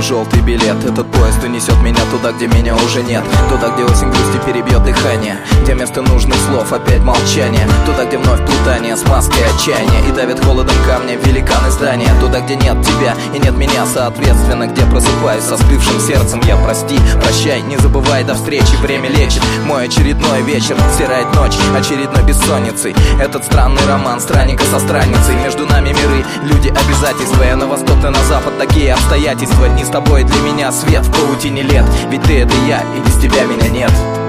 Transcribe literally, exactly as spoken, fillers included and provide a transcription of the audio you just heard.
желтый билет. Этот поезд унесет меня туда, где меня уже нет. Туда, где осень грусти перебьет дыхание, где вместо нужных слов опять молчание. Туда, где вновь плутание с маской отчаяния и давит холодом камня великаны здания. Туда, где нет тебя и нет меня, соответственно, где просыпаюсь со остывшим сердцем. Я прости, прощай, не забывай, до встречи. Время лечит мой очередной вечер, стирает ночь очередной бессонницей. Этот странный роман странника со странницей. Между нами миры, люди, обязательства. Я на восток, ты на запад, такие обстоятельства. Дни с тобой для меня свет в паутине лет. Ведь ты это я, и без тебя меня нет.